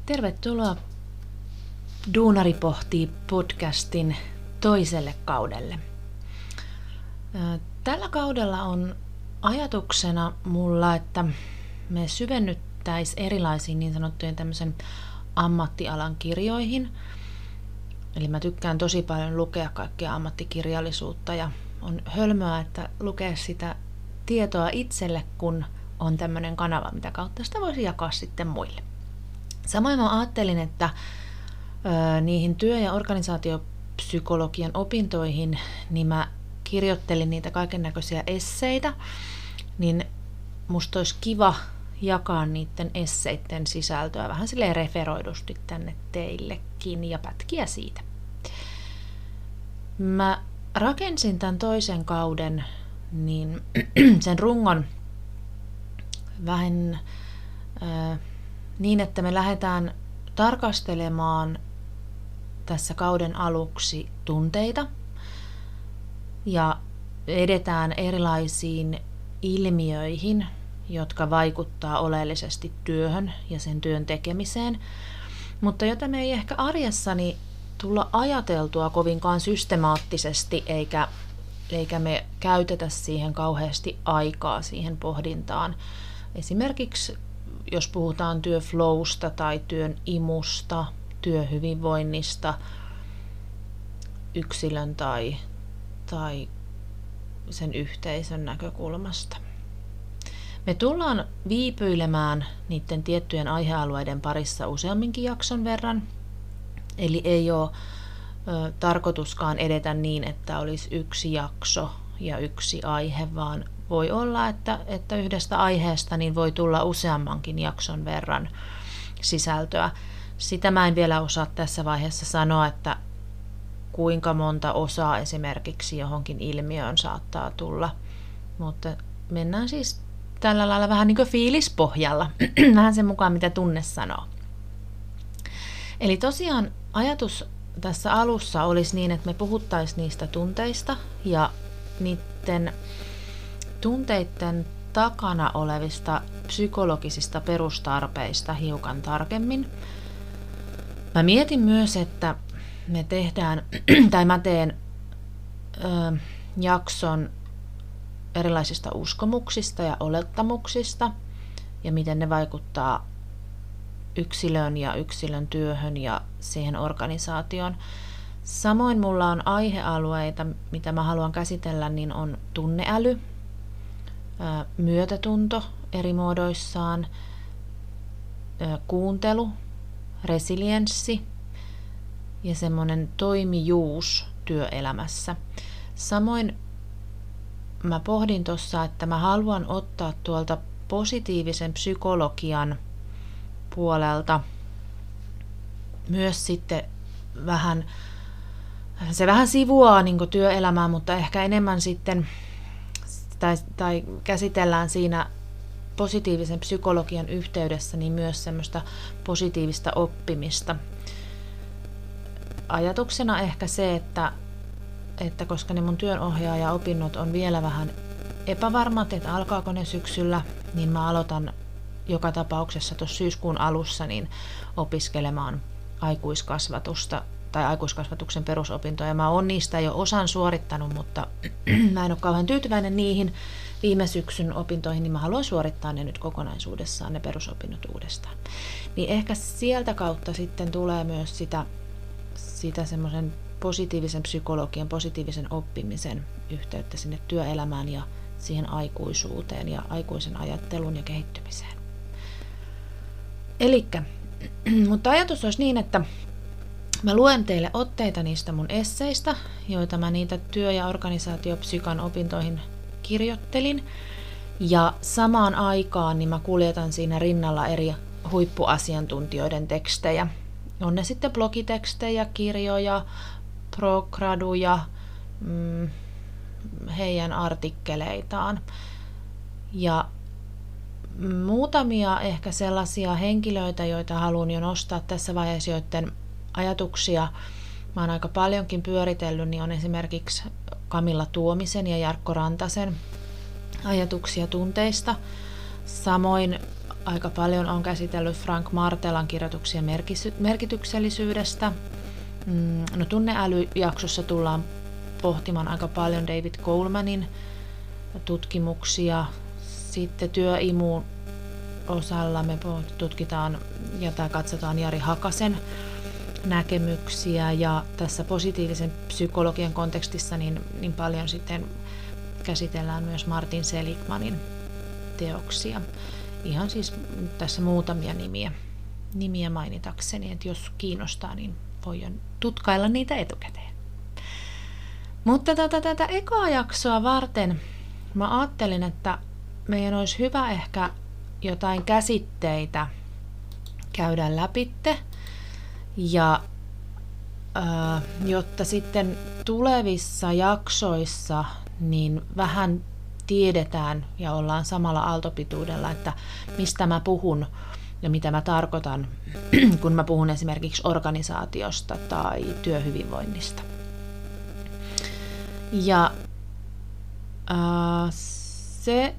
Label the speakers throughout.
Speaker 1: Tervetuloa Duunari pohtii podcastin toiselle kaudelle. Tällä kaudella on ajatuksena mulla, että me syvennyttäisiin erilaisiin niin sanottujen tämmöisen ammattialan kirjoihin. Eli mä tykkään tosi paljon lukea kaikkea ammattikirjallisuutta ja on hölmöä, että lukea sitä tietoa itselle, kun on tämmöinen kanava, mitä kautta sitä voisi jakaa sitten muille. Samoin mä ajattelin, että niihin työ- ja organisaatiopsykologian opintoihin, niin mä kirjoittelin niitä kaikennäköisiä esseitä, niin musta olisi kiva jakaa niiden esseiden sisältöä vähän silleen referoidusti tänne teillekin ja pätkiä siitä. Mä rakensin tämän toisen kauden niin sen rungon vähän niin, että me lähdetään tarkastelemaan tässä kauden aluksi tunteita ja edetään erilaisiin ilmiöihin, jotka vaikuttaa oleellisesti työhön ja sen työn tekemiseen, mutta jota me ei ehkä arjessani tulla ajateltua kovinkaan systemaattisesti eikä me käytetä siihen kauheasti aikaa siihen pohdintaan. Esimerkiksi jos puhutaan työflowsta tai työn imusta, työhyvinvoinnista, yksilön tai sen yhteisön näkökulmasta. Me tullaan viipyilemään niiden tiettyjen aihealueiden parissa useamminkin jakson verran, eli ei ole tarkoituskaan edetä niin, että olisi yksi jakso ja yksi aihe, vaan voi olla, että yhdestä aiheesta niin voi tulla useammankin jakson verran sisältöä. Sitä mä en vielä osaa tässä vaiheessa sanoa, että kuinka monta osaa esimerkiksi johonkin ilmiöön saattaa tulla, mutta mennään siis tällä lailla vähän niin kuin fiilispohjalla, vähän sen mukaan mitä tunne sanoo. Eli tosiaan ajatus tässä alussa olisi niin, että me puhuttaisiin niistä tunteista ja niiden tunteiden takana olevista psykologisista perustarpeista hiukan tarkemmin. Mä mietin myös, että me tehdään, tai mä teen jakson erilaisista uskomuksista ja olettamuksista ja miten ne vaikuttaa yksilön ja yksilön työhön ja siihen organisaatioon. Samoin mulla on aihealueita, mitä mä haluan käsitellä, niin on tunneäly, myötätunto eri muodoissaan, kuuntelu, resilienssi ja semmoinen toimijuus työelämässä. Samoin mä pohdin tuossa, että mä haluan ottaa tuolta positiivisen psykologian puolelta myös sitten vähän, se vähän sivuaa niin kuin työelämää, mutta ehkä enemmän sitten tai käsitellään siinä positiivisen psykologian yhteydessä niin myös semmoista positiivista oppimista. Ajatuksena ehkä se, että koska ne mun työnohjaaja-opinnot on vielä vähän epävarmat, että alkaako ne syksyllä, niin mä aloitan joka tapauksessa tuossa syyskuun alussa niin opiskelemaan aikuiskasvatusta tai aikuiskasvatuksen perusopintoja. Mä oon niistä jo osan suorittanut, mutta mä en ole kauhean tyytyväinen niihin viime syksyn opintoihin, niin mä haluan suorittaa ne nyt kokonaisuudessaan, ne perusopinnot uudestaan. Niin ehkä sieltä kautta sitten tulee myös sitä semmoisen positiivisen psykologian, positiivisen oppimisen yhteyttä sinne työelämään ja siihen aikuisuuteen ja aikuisen ajatteluun ja kehittymiseen. Mutta ajatus olisi niin, että mä luen teille otteita niistä mun esseistä, joita mä niitä työ- ja organisaatiopsykan opintoihin kirjoittelin. Ja samaan aikaan niin mä kuljetan siinä rinnalla eri huippuasiantuntijoiden tekstejä. On ne sitten blogitekstejä, kirjoja, prograduja, heidän artikkeleitaan. Ja muutamia ehkä sellaisia henkilöitä, joita haluan jo nostaa tässä vaiheessa, joiden ajatuksia mä oon aika paljonkin pyöritellyt, niin on esimerkiksi Camilla Tuomisen ja Jarkko Rantasen ajatuksia tunteista. Samoin aika paljon olen käsitellyt Frank Martelan kirjoituksia merkityksellisyydestä. No, tunneälyjaksossa tullaan pohtimaan aika paljon David Colemanin tutkimuksia. Sitten työimuun osalla me tutkitaan ja katsotaan Jari Hakasen näkemyksiä, ja tässä positiivisen psykologian kontekstissa niin paljon sitten käsitellään myös Martin Seligmanin teoksia. Ihan siis tässä muutamia nimiä mainitakseni, että jos kiinnostaa, niin voi jo tutkailla niitä etukäteen. Mutta tätä ekaa jaksoa varten mä ajattelin, että meidän olisi hyvä ehkä jotain käsitteitä käydä läpitte, ja jotta sitten tulevissa jaksoissa niin vähän tiedetään ja ollaan samalla aaltopituudella, että mistä mä puhun ja mitä mä tarkoitan, kun mä puhun esimerkiksi organisaatiosta tai työhyvinvoinnista. Ja se,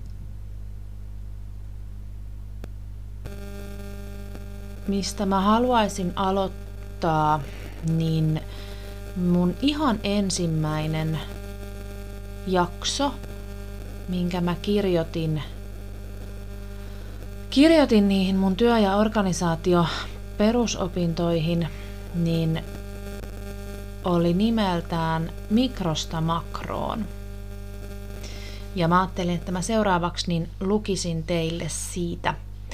Speaker 1: mistä mä haluaisin aloittaa, niin mun ihan ensimmäinen jakso, minkä mä kirjoitin niihin mun työ- ja organisaatio perusopintoihin, niin oli nimeltään Mikrosta makroon. Ja mä ajattelin, että mä seuraavaksi niin lukisin teille siitä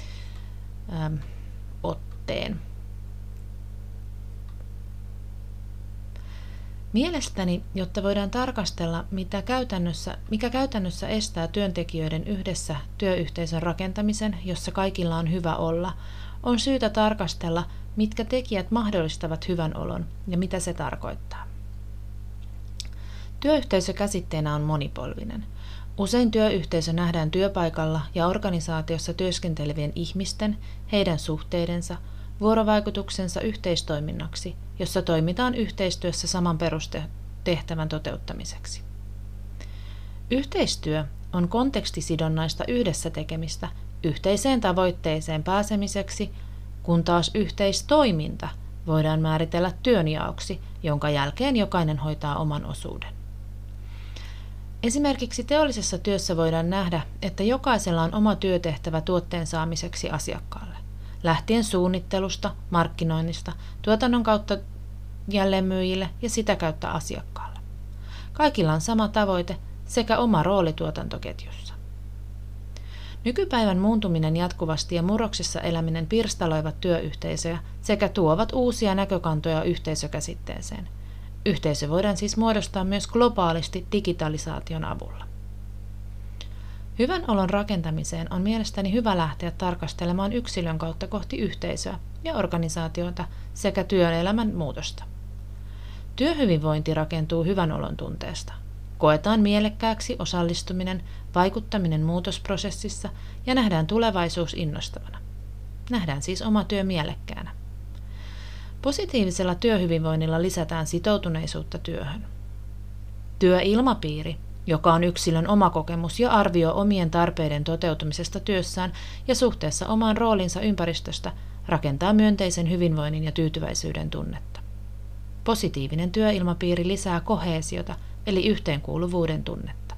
Speaker 1: otteen. Mielestäni, jotta voidaan tarkastella, mikä käytännössä estää työntekijöiden yhdessä työyhteisön rakentamisen, jossa kaikilla on hyvä olla, on syytä tarkastella, mitkä tekijät mahdollistavat hyvän olon ja mitä se tarkoittaa. Työyhteisö käsitteenä on monipolvinen. Usein työyhteisö nähdään työpaikalla ja organisaatiossa työskentelevien ihmisten, heidän suhteidensa, vuorovaikutuksensa yhteistoiminnaksi, jossa toimitaan yhteistyössä saman perustehtävän toteuttamiseksi. Yhteistyö on kontekstisidonnaista yhdessä tekemistä yhteiseen tavoitteeseen pääsemiseksi, kun taas yhteistoiminta voidaan määritellä työnjaoksi, jonka jälkeen jokainen hoitaa oman osuuden. Esimerkiksi teollisessa työssä voidaan nähdä, että jokaisella on oma työtehtävä tuotteen saamiseksi asiakkaalle, lähtien suunnittelusta, markkinoinnista, tuotannon kautta jälleenmyyjille ja sitä kautta asiakkaalle. Kaikilla on sama tavoite sekä oma rooli tuotantoketjussa. Nykypäivän muuntuminen jatkuvasti ja murroksessa eläminen pirstaloivat työyhteisöjä sekä tuovat uusia näkökantoja yhteisökäsitteeseen. Yhteisö voidaan siis muodostaa myös globaalisti digitalisaation avulla. Hyvän olon rakentamiseen on mielestäni hyvä lähteä tarkastelemaan yksilön kautta kohti yhteisöä ja organisaatiota sekä työelämän muutosta. Työhyvinvointi rakentuu hyvän olon tunteesta. Koetaan mielekkääksi osallistuminen, vaikuttaminen muutosprosessissa ja nähdään tulevaisuus innostavana. Nähdään siis oma työ mielekkäänä. Positiivisella työhyvinvoinnilla lisätään sitoutuneisuutta työhön. Työilmapiiri, joka on yksilön oma kokemus ja arvio omien tarpeiden toteutumisesta työssään ja suhteessa omaan roolinsa ympäristöstä, rakentaa myönteisen hyvinvoinnin ja tyytyväisyyden tunnetta. Positiivinen työilmapiiri lisää koheesiota, eli yhteenkuuluvuuden tunnetta.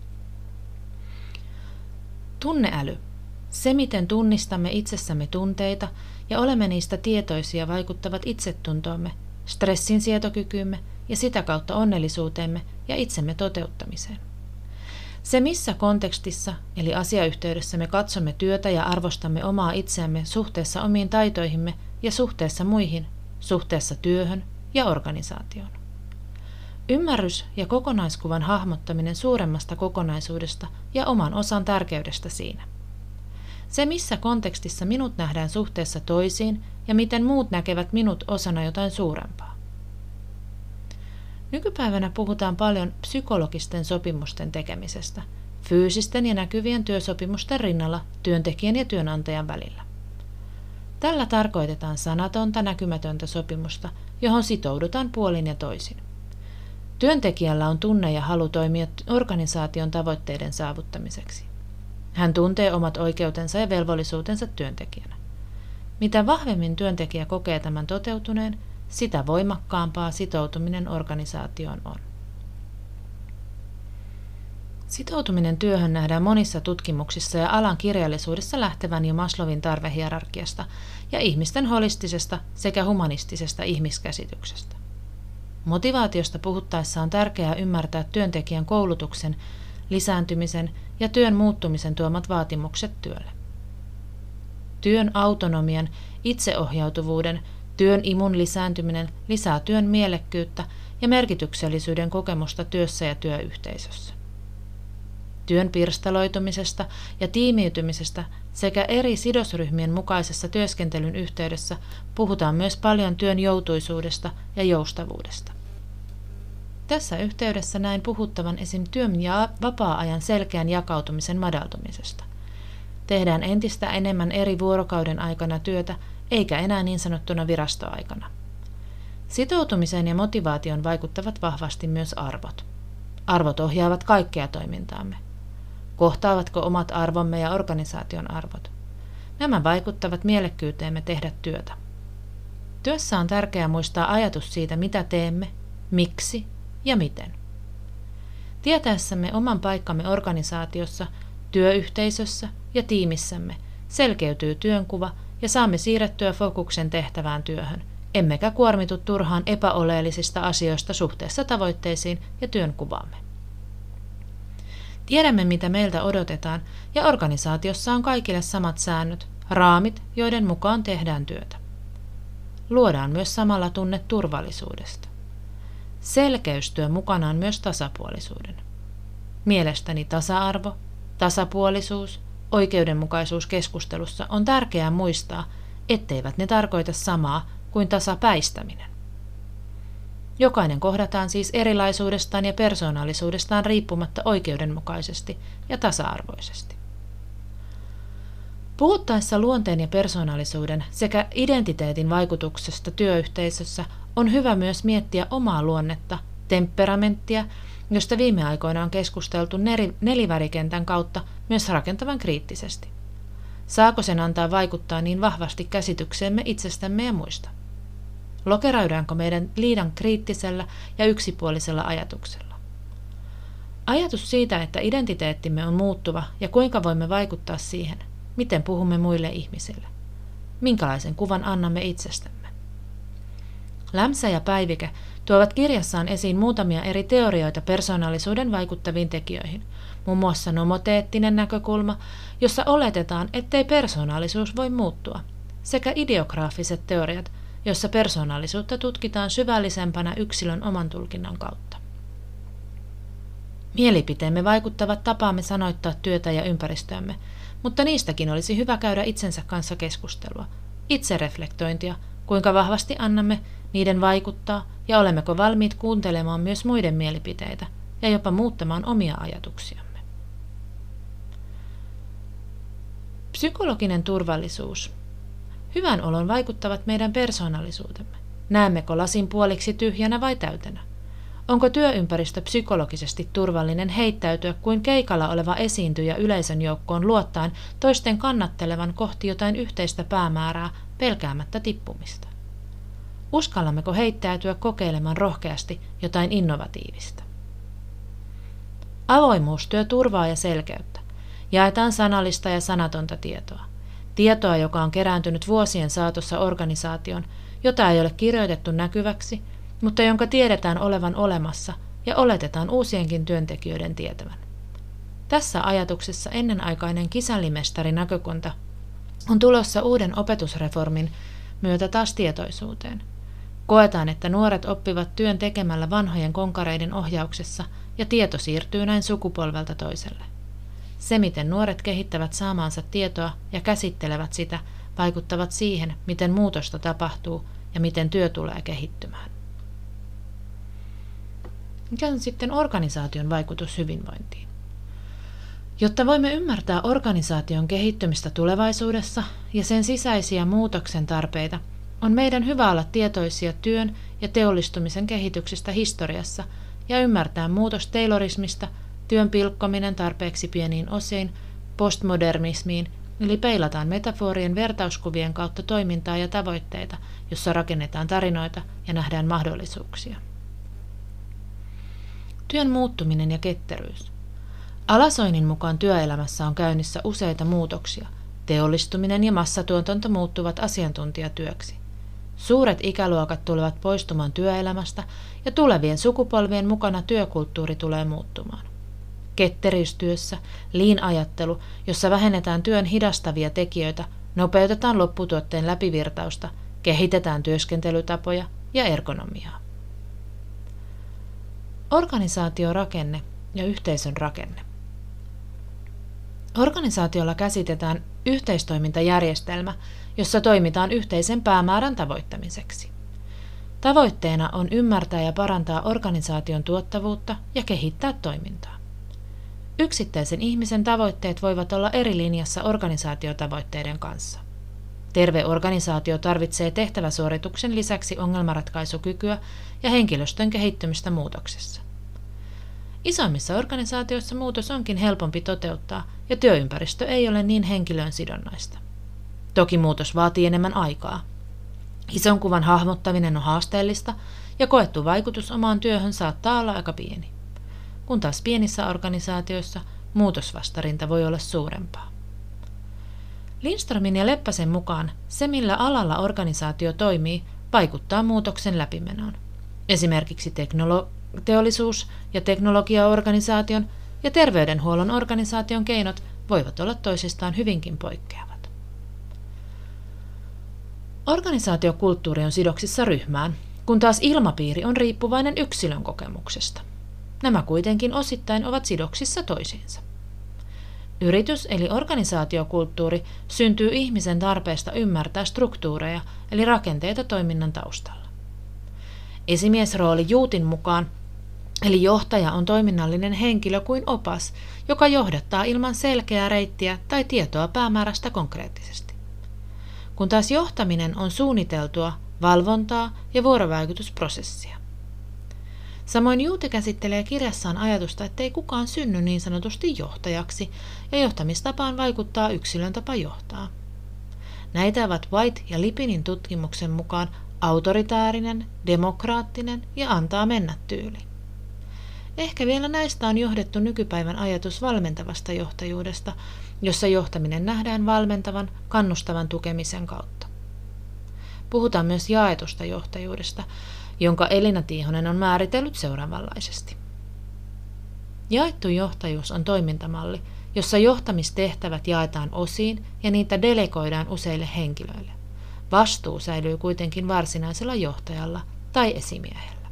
Speaker 1: Tunneäly. Se, miten tunnistamme itsessämme tunteita ja olemme niistä tietoisia, vaikuttavat itsetuntoomme, stressin sietokykyymme ja sitä kautta onnellisuuteemme ja itsemme toteuttamiseen. Se, missä kontekstissa eli asiayhteydessä me katsomme työtä ja arvostamme omaa itseämme suhteessa omiin taitoihimme ja suhteessa muihin, suhteessa työhön ja organisaatioon. Ymmärrys ja kokonaiskuvan hahmottaminen suuremmasta kokonaisuudesta ja oman osan tärkeydestä siinä. Se, missä kontekstissa minut nähdään suhteessa toisiin ja miten muut näkevät minut osana jotain suurempaa. Nykypäivänä puhutaan paljon psykologisten sopimusten tekemisestä, fyysisten ja näkyvien työsopimusten rinnalla työntekijän ja työnantajan välillä. Tällä tarkoitetaan sanatonta näkymätöntä sopimusta, johon sitoudutaan puolin ja toisin. Työntekijällä on tunne ja halu toimia organisaation tavoitteiden saavuttamiseksi. Hän tuntee omat oikeutensa ja velvollisuutensa työntekijänä. Mitä vahvemmin työntekijä kokee tämän toteutuneen, sitä voimakkaampaa sitoutuminen organisaatioon on. Sitoutuminen työhön nähdään monissa tutkimuksissa ja alan kirjallisuudessa lähtevän jo Maslowin tarvehierarkiasta ja ihmisten holistisesta sekä humanistisesta ihmiskäsityksestä. Motivaatiosta puhuttaessa on tärkeää ymmärtää työntekijän koulutuksen, lisääntymisen ja työn muuttumisen tuomat vaatimukset työlle. Työn autonomian, itseohjautuvuuden, työn imun lisääntyminen lisää työn mielekkyyttä ja merkityksellisyyden kokemusta työssä ja työyhteisössä. Työn pirstaloitumisesta ja tiimiytymisestä sekä eri sidosryhmien mukaisessa työskentelyn yhteydessä puhutaan myös paljon työn joutuisuudesta ja joustavuudesta. Tässä yhteydessä näin puhuttavan esim. Työn ja vapaa-ajan selkeän jakautumisen madaltumisesta. Tehdään entistä enemmän eri vuorokauden aikana työtä, eikä enää niin sanottuna virastoaikana. Sitoutumiseen ja motivaation vaikuttavat vahvasti myös arvot. Arvot ohjaavat kaikkea toimintaamme. Kohtaavatko omat arvomme ja organisaation arvot? Nämä vaikuttavat mielekkyyteemme tehdä työtä. Työssä on tärkeää muistaa ajatus siitä, mitä teemme, miksi ja miten. Tietäessämme oman paikkamme organisaatiossa, työyhteisössä ja tiimissämme selkeytyy työnkuva ja saamme siirrettyä fokuksen tehtävään työhön, emmekä kuormitu turhaan epäoleellisista asioista suhteessa tavoitteisiin ja työnkuvaamme. Tiedämme, mitä meiltä odotetaan, ja organisaatiossa on kaikille samat säännöt, raamit, joiden mukaan tehdään työtä. Luodaan myös samalla tunne turvallisuudesta. Selkeys tuo mukanaan myös tasapuolisuuden. Mielestäni tasa-arvo, tasapuolisuus, oikeudenmukaisuus keskustelussa on tärkeää muistaa, etteivät ne tarkoita samaa kuin tasapäistäminen. Jokainen kohdataan siis erilaisuudestaan ja persoonallisuudestaan riippumatta oikeudenmukaisesti ja tasa-arvoisesti. Puhuttaessa luonteen ja persoonallisuuden sekä identiteetin vaikutuksesta työyhteisössä on hyvä myös miettiä omaa luonnetta, temperamenttia, josta viime aikoina on keskusteltu nelivärikentän kautta myös rakentavan kriittisesti. Saako sen antaa vaikuttaa niin vahvasti käsitykseemme itsestämme ja muista? Lokeroidaanko meidän liian kriittisellä ja yksipuolisella ajatuksella? Ajatus siitä, että identiteettimme on muuttuva ja kuinka voimme vaikuttaa siihen, miten puhumme muille ihmisille. Minkälaisen kuvan annamme itsestämme? Lämsä ja Päivike tuovat kirjassaan esiin muutamia eri teorioita persoonallisuuden vaikuttaviin tekijöihin, muun muassa nomoteettinen näkökulma, jossa oletetaan, ettei persoonallisuus voi muuttua, sekä ideograafiset teoriat, jossa persoonallisuutta tutkitaan syvällisempänä yksilön oman tulkinnan kautta. Mielipiteemme vaikuttavat tapaamme sanoittaa työtä ja ympäristöämme, mutta niistäkin olisi hyvä käydä itsensä kanssa keskustelua, itsereflektointia, kuinka vahvasti annamme niiden vaikuttaa ja olemmeko valmiit kuuntelemaan myös muiden mielipiteitä ja jopa muuttamaan omia ajatuksiamme. Psykologinen turvallisuus. Hyvän olon vaikuttavat meidän persoonallisuutemme. Näemmekö lasin puoliksi tyhjänä vai täytenä? Onko työympäristö psykologisesti turvallinen heittäytyä kuin keikalla oleva esiintyjä yleisön joukkoon luottaen toisten kannattelevan kohti jotain yhteistä päämäärää pelkäämättä tippumista? Uskallammeko heittäytyä kokeilemaan rohkeasti jotain innovatiivista? Avoimuus työ turvaa ja selkeyttä. Jaetaan sanallista ja sanatonta tietoa. Tietoa, joka on kerääntynyt vuosien saatossa organisaation, jota ei ole kirjoitettu näkyväksi, mutta jonka tiedetään olevan olemassa ja oletetaan uusienkin työntekijöiden tietävän. Tässä ajatuksessa ennenaikainen kisällimestari-näkökunta on tulossa uuden opetusreformin myötä taas tietoisuuteen. Koetaan, että nuoret oppivat työn tekemällä vanhojen konkareiden ohjauksessa ja tieto siirtyy näin sukupolvelta toiselle. Se, miten nuoret kehittävät saamaansa tietoa ja käsittelevät sitä, vaikuttavat siihen, miten muutosta tapahtuu ja miten työ tulee kehittymään. Mikä on sitten organisaation vaikutus hyvinvointiin? Jotta voimme ymmärtää organisaation kehittymistä tulevaisuudessa ja sen sisäisiä muutoksen tarpeita, on meidän hyvä olla tietoisia työn ja teollistumisen kehityksistä historiassa ja ymmärtää muutos taylorismista, työn pilkkominen tarpeeksi pieniin osiin, postmodernismiin, eli peilataan metaforien vertauskuvien kautta toimintaa ja tavoitteita, jossa rakennetaan tarinoita ja nähdään mahdollisuuksia. Työn muuttuminen ja ketteryys. Alasoinin mukaan työelämässä on käynnissä useita muutoksia. Teollistuminen ja massatuotanto muuttuvat asiantuntijatyöksi. Suuret ikäluokat tulevat poistumaan työelämästä ja tulevien sukupolvien mukana työkulttuuri tulee muuttumaan. Ketteryystyössä, lean-ajattelu, jossa vähennetään työn hidastavia tekijöitä, nopeutetaan lopputuotteen läpivirtausta, kehitetään työskentelytapoja ja ergonomiaa. Organisaatiorakenne ja yhteisön rakenne. Organisaatiolla käsitetään yhteistoimintajärjestelmä, jossa toimitaan yhteisen päämäärän tavoittamiseksi. Tavoitteena on ymmärtää ja parantaa organisaation tuottavuutta ja kehittää toimintaa. Yksittäisen ihmisen tavoitteet voivat olla eri linjassa organisaatiotavoitteiden kanssa. Terve organisaatio tarvitsee tehtäväsuorituksen lisäksi ongelmanratkaisukykyä ja henkilöstön kehittymistä muutoksessa. Isommissa organisaatioissa muutos onkin helpompi toteuttaa ja työympäristö ei ole niin henkilöön sidonnaista. Toki muutos vaatii enemmän aikaa. Ison kuvan hahmottaminen on haasteellista ja koettu vaikutus omaan työhön saattaa olla aika pieni. Kun taas pienissä organisaatioissa muutosvastarinta voi olla suurempaa. Lindströmin ja Leppäsen mukaan se, millä alalla organisaatio toimii, vaikuttaa muutoksen läpimenoon. Esimerkiksi teollisuus- ja teknologiaorganisaation ja terveydenhuollon organisaation keinot voivat olla toisistaan hyvinkin poikkeavat. Organisaatiokulttuuri on sidoksissa ryhmään, kun taas ilmapiiri on riippuvainen yksilön kokemuksesta. Nämä kuitenkin osittain ovat sidoksissa toisiinsa. Yritys- eli organisaatiokulttuuri syntyy ihmisen tarpeesta ymmärtää struktuureja eli rakenteita toiminnan taustalla. Esimiesrooli Juutin mukaan, eli johtaja on toiminnallinen henkilö kuin opas, joka johdattaa ilman selkeää reittiä tai tietoa päämäärästä konkreettisesti. Kun taas johtaminen on suunniteltua, valvontaa ja vuorovaikutusprosessia. Samoin Juuti käsittelee kirjassaan ajatusta, ettei kukaan synny niin sanotusti johtajaksi, ja johtamistapaan vaikuttaa yksilön tapa johtaa. Näitä ovat White ja Lipinin tutkimuksen mukaan autoritäärinen, demokraattinen ja antaa mennä tyyli. Ehkä vielä näistä on johdettu nykypäivän ajatus valmentavasta johtajuudesta, jossa johtaminen nähdään valmentavan, kannustavan tukemisen kautta. Puhutaan myös jaetusta johtajuudesta, jonka Elina Tiihonen on määritellyt seuraavanlaisesti. Jaettu johtajuus on toimintamalli, jossa johtamistehtävät jaetaan osiin ja niitä delegoidaan useille henkilöille. Vastuu säilyy kuitenkin varsinaisella johtajalla tai esimiehellä.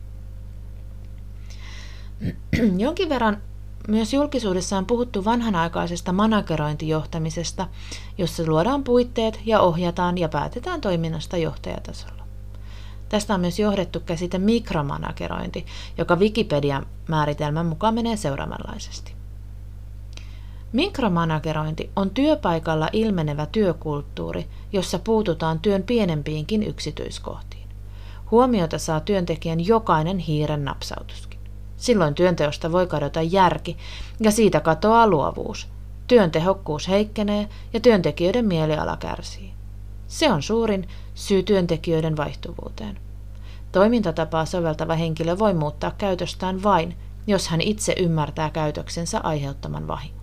Speaker 1: Jonkin verran myös julkisuudessa on puhuttu vanhanaikaisesta managerointijohtamisesta, jossa luodaan puitteet ja ohjataan ja päätetään toiminnasta johtajatasolla. Tästä on myös johdettu käsite mikromanagerointi, joka Wikipedian määritelmän mukaan menee seuraavanlaisesti. Mikromanagerointi on työpaikalla ilmenevä työkulttuuri, jossa puututaan työn pienempiinkin yksityiskohtiin. Huomiota saa työntekijän jokainen hiiren napsautuskin. Silloin työnteosta voi kadota järki ja siitä katoaa luovuus. Työn tehokkuus heikkenee ja työntekijöiden mieliala kärsii. Se on suurin syy työntekijöiden vaihtuvuuteen. Toimintatapaa soveltava henkilö voi muuttaa käytöstään vain, jos hän itse ymmärtää käytöksensä aiheuttaman vahingon.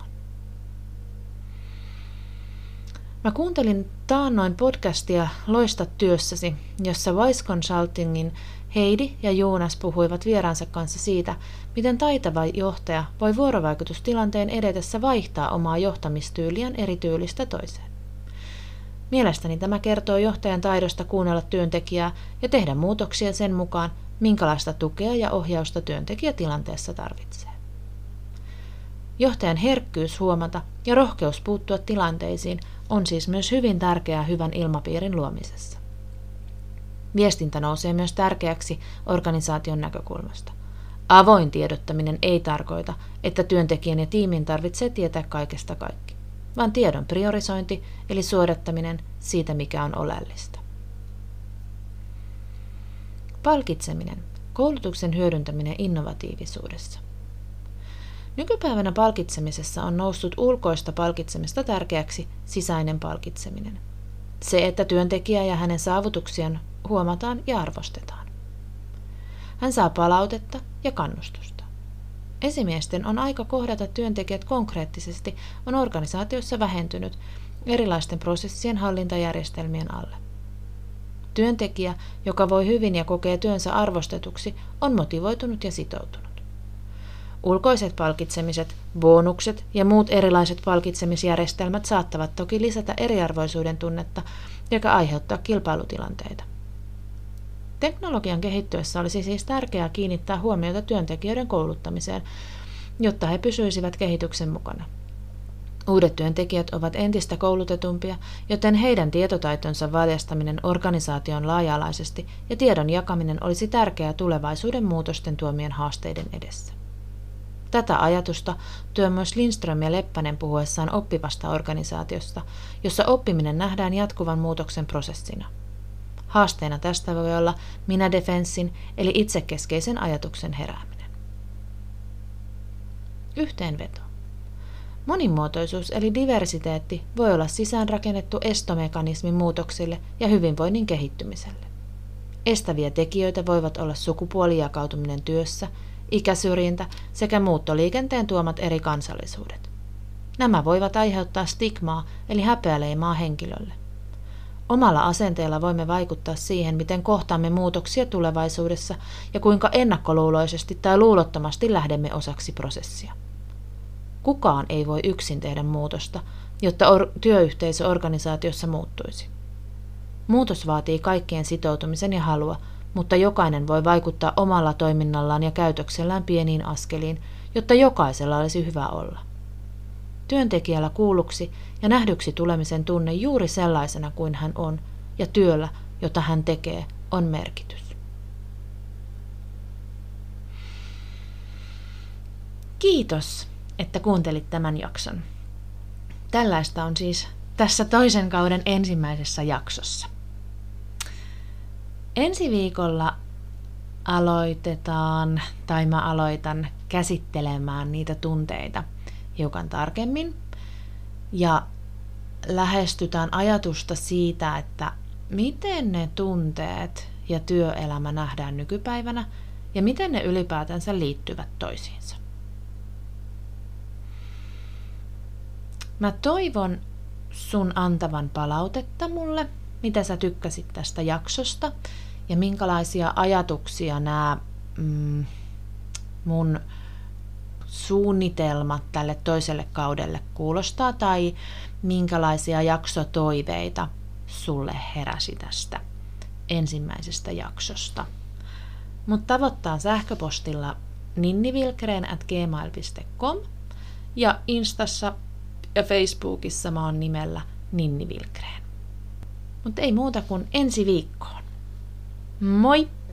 Speaker 1: Mä kuuntelin taannoin podcastia Loista työssäsi, jossa Wise Consultingin Heidi ja Joonas puhuivat vieraansa kanssa siitä, miten taitava johtaja voi vuorovaikutustilanteen edetessä vaihtaa omaa johtamistyyliään eri tyylistä toiseen. Mielestäni tämä kertoo johtajan taidosta kuunnella työntekijää ja tehdä muutoksia sen mukaan, minkälaista tukea ja ohjausta työntekijä tilanteessa tarvitsee. Johtajan herkkyys huomata ja rohkeus puuttua tilanteisiin on siis myös hyvin tärkeää hyvän ilmapiirin luomisessa. Viestintä nousee myös tärkeäksi organisaation näkökulmasta. Avoin tiedottaminen ei tarkoita, että työntekijän ja tiimin tarvitsee tietää kaikesta kaikki, vaan tiedon priorisointi eli suodattaminen siitä, mikä on oleellista. Palkitseminen, koulutuksen hyödyntäminen innovatiivisuudessa. Nykypäivänä palkitsemisessa on noussut ulkoista palkitsemista tärkeäksi sisäinen palkitseminen. Se, että työntekijä ja hänen saavutuksiaan huomataan ja arvostetaan. Hän saa palautetta ja kannustusta. Esimiesten on aika kohdata työntekijät konkreettisesti on organisaatiossa vähentynyt erilaisten prosessien hallintajärjestelmien alle. Työntekijä, joka voi hyvin ja kokee työnsä arvostetuksi, on motivoitunut ja sitoutunut. Ulkoiset palkitsemiset, bonukset ja muut erilaiset palkitsemisjärjestelmät saattavat toki lisätä eriarvoisuuden tunnetta ja aiheuttaa kilpailutilanteita. Teknologian kehittyessä olisi siis tärkeää kiinnittää huomiota työntekijöiden kouluttamiseen, jotta he pysyisivät kehityksen mukana. Uudet työntekijät ovat entistä koulutetumpia, joten heidän tietotaitonsa valjastaminen organisaation laaja-alaisesti ja tiedon jakaminen olisi tärkeää tulevaisuuden muutosten tuomien haasteiden edessä. Tätä ajatusta työ myös Lindström ja Leppänen puhuessaan oppivasta organisaatiosta, jossa oppiminen nähdään jatkuvan muutoksen prosessina. Haasteena tästä voi olla minä-defenssin eli itsekeskeisen ajatuksen herääminen. Yhteenveto. Monimuotoisuus eli diversiteetti voi olla sisäänrakennettu estomekanismi muutoksille ja hyvinvoinnin kehittymiselle. Estäviä tekijöitä voivat olla sukupuolijakautuminen työssä, ikäsyrjintä sekä muuttoliikenteen tuomat eri kansallisuudet. Nämä voivat aiheuttaa stigmaa eli häpeäleimaa henkilölle. Omalla asenteella voimme vaikuttaa siihen, miten kohtaamme muutoksia tulevaisuudessa ja kuinka ennakkoluuloisesti tai luulottomasti lähdemme osaksi prosessia. Kukaan ei voi yksin tehdä muutosta, jotta työyhteisö organisaatiossa muuttuisi. Muutos vaatii kaikkien sitoutumisen ja halua, mutta jokainen voi vaikuttaa omalla toiminnallaan ja käytöksellään pieniin askeliin, jotta jokaisella olisi hyvä olla. Työntekijällä kuulluksi ja nähdyksi tulemisen tunne juuri sellaisena kuin hän on, ja työllä, jota hän tekee, on merkitys. Kiitos, että kuuntelit tämän jakson. Tällaista on siis tässä toisen kauden ensimmäisessä jaksossa. Ensi viikolla mä aloitan käsittelemään niitä tunteita hiukan tarkemmin ja lähestytään ajatusta siitä, että miten ne tunteet ja työelämä nähdään nykypäivänä ja miten ne ylipäätänsä liittyvät toisiinsa. Mä toivon sun antavan palautetta mulle, mitä sä tykkäsit tästä jaksosta ja minkälaisia ajatuksia nämä mun suunnitelmat tälle toiselle kaudelle kuulostaa tai minkälaisia jaksotoiveita sulle heräsi tästä ensimmäisestä jaksosta. Mut tavoittaa sähköpostilla ninnivilkreen@gmail.com ja Instassa ja Facebookissa mä oon nimellä Ninni Vilkreen. Mutta ei muuta kuin ensi viikkoon. Moi!